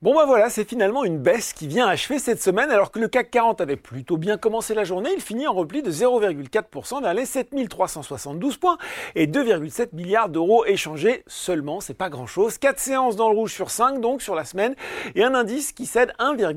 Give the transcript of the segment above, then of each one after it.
Bon bah voilà, c'est finalement une baisse qui vient achever cette semaine alors que le CAC 40 avait plutôt bien commencé la journée. Il finit en repli de 0,4% vers les 7372 points et 2,7 milliards d'euros échangés seulement. C'est pas grand chose. 4 séances dans le rouge sur 5 donc sur la semaine et un indice qui cède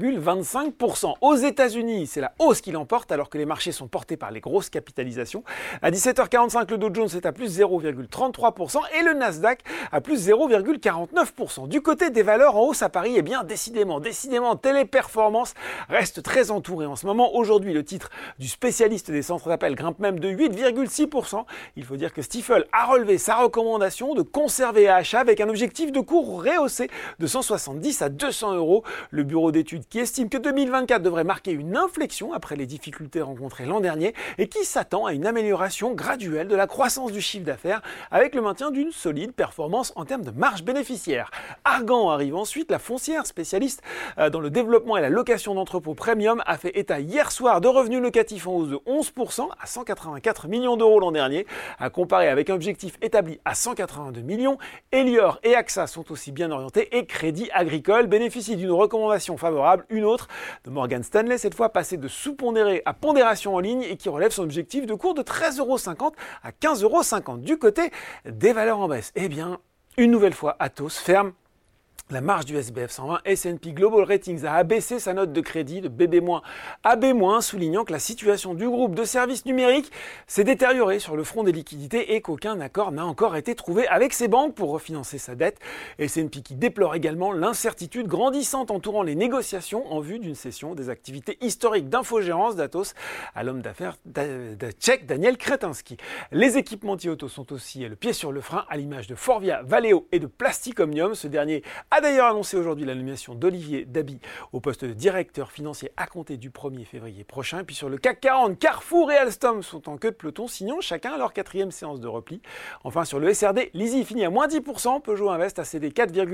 1,25%. Aux États-Unis, c'est la hausse qui l'emporte alors que les marchés sont portés par les grosses capitalisations. À 17h45, le Dow Jones est à plus 0,33% et le Nasdaq à plus 0,49%. Du côté des valeurs en hausse à Paris, eh bien décidément, Téléperformance reste très entouré en ce moment. Aujourd'hui, le titre du spécialiste des centres d'appel grimpe même de 8,6%. Il faut dire que Stifel a relevé sa recommandation de conserver à achat avec un objectif de cours rehaussé de 170 à 200 euros. Le bureau d'études qui estime que 2024 devrait marquer une inflexion après les difficultés rencontrées l'an dernier et qui s'attend à une amélioration graduelle de la croissance du chiffre d'affaires avec le maintien d'une solide performance en termes de marge bénéficiaire. Argan arrive ensuite, la foncière spécialiste dans le développement et la location d'entrepôts premium, a fait état hier soir de revenus locatifs en hausse de 11% à 184 millions d'euros l'an dernier, à comparer avec un objectif établi à 182 millions. Elior et AXA sont aussi bien orientés et Crédit Agricole bénéficie d'une recommandation favorable, une autre de Morgan Stanley, cette fois passée de sous-pondéré à pondération en ligne et qui relève son objectif de cours de 13,50 € à 15,50 € Du côté des valeurs en baisse, eh bien, une nouvelle fois, Atos ferme la marge du SBF 120. S&P Global Ratings a abaissé sa note de crédit de BB- à B-, soulignant que la situation du groupe de services numériques s'est détériorée sur le front des liquidités et qu'aucun accord n'a encore été trouvé avec ses banques pour refinancer sa dette. S&P qui déplore également l'incertitude grandissante entourant les négociations en vue d'une cession des activités historiques d'infogérance d'Atos à l'homme d'affaires tchèque Daniel Kretinsky. Les équipementiers auto sont aussi le pied sur le frein à l'image de Forvia, Valeo et de Plastic Omnium. Ce dernier a d'ailleurs annoncé aujourd'hui la nomination d'Olivier Dabi au poste de directeur financier à compter du 1er février prochain. Et puis sur le CAC 40, Carrefour et Alstom sont en queue de peloton, signant chacun leur 4e séance de repli. Enfin sur le SRD, Lizzie finit à moins 10%, Peugeot Invest a cédé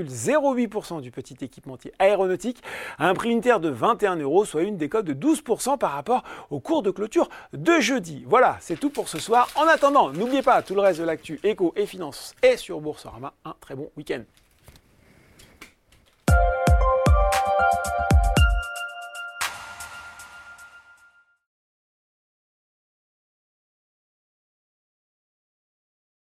4,08% du petit équipementier aéronautique à un prix unitaire de 21 €, soit une décote de 12% par rapport au cours de clôture de jeudi. Voilà, c'est tout pour ce soir. En attendant, n'oubliez pas, tout le reste de l'actu éco et finance est sur Boursorama. Un très bon week-end.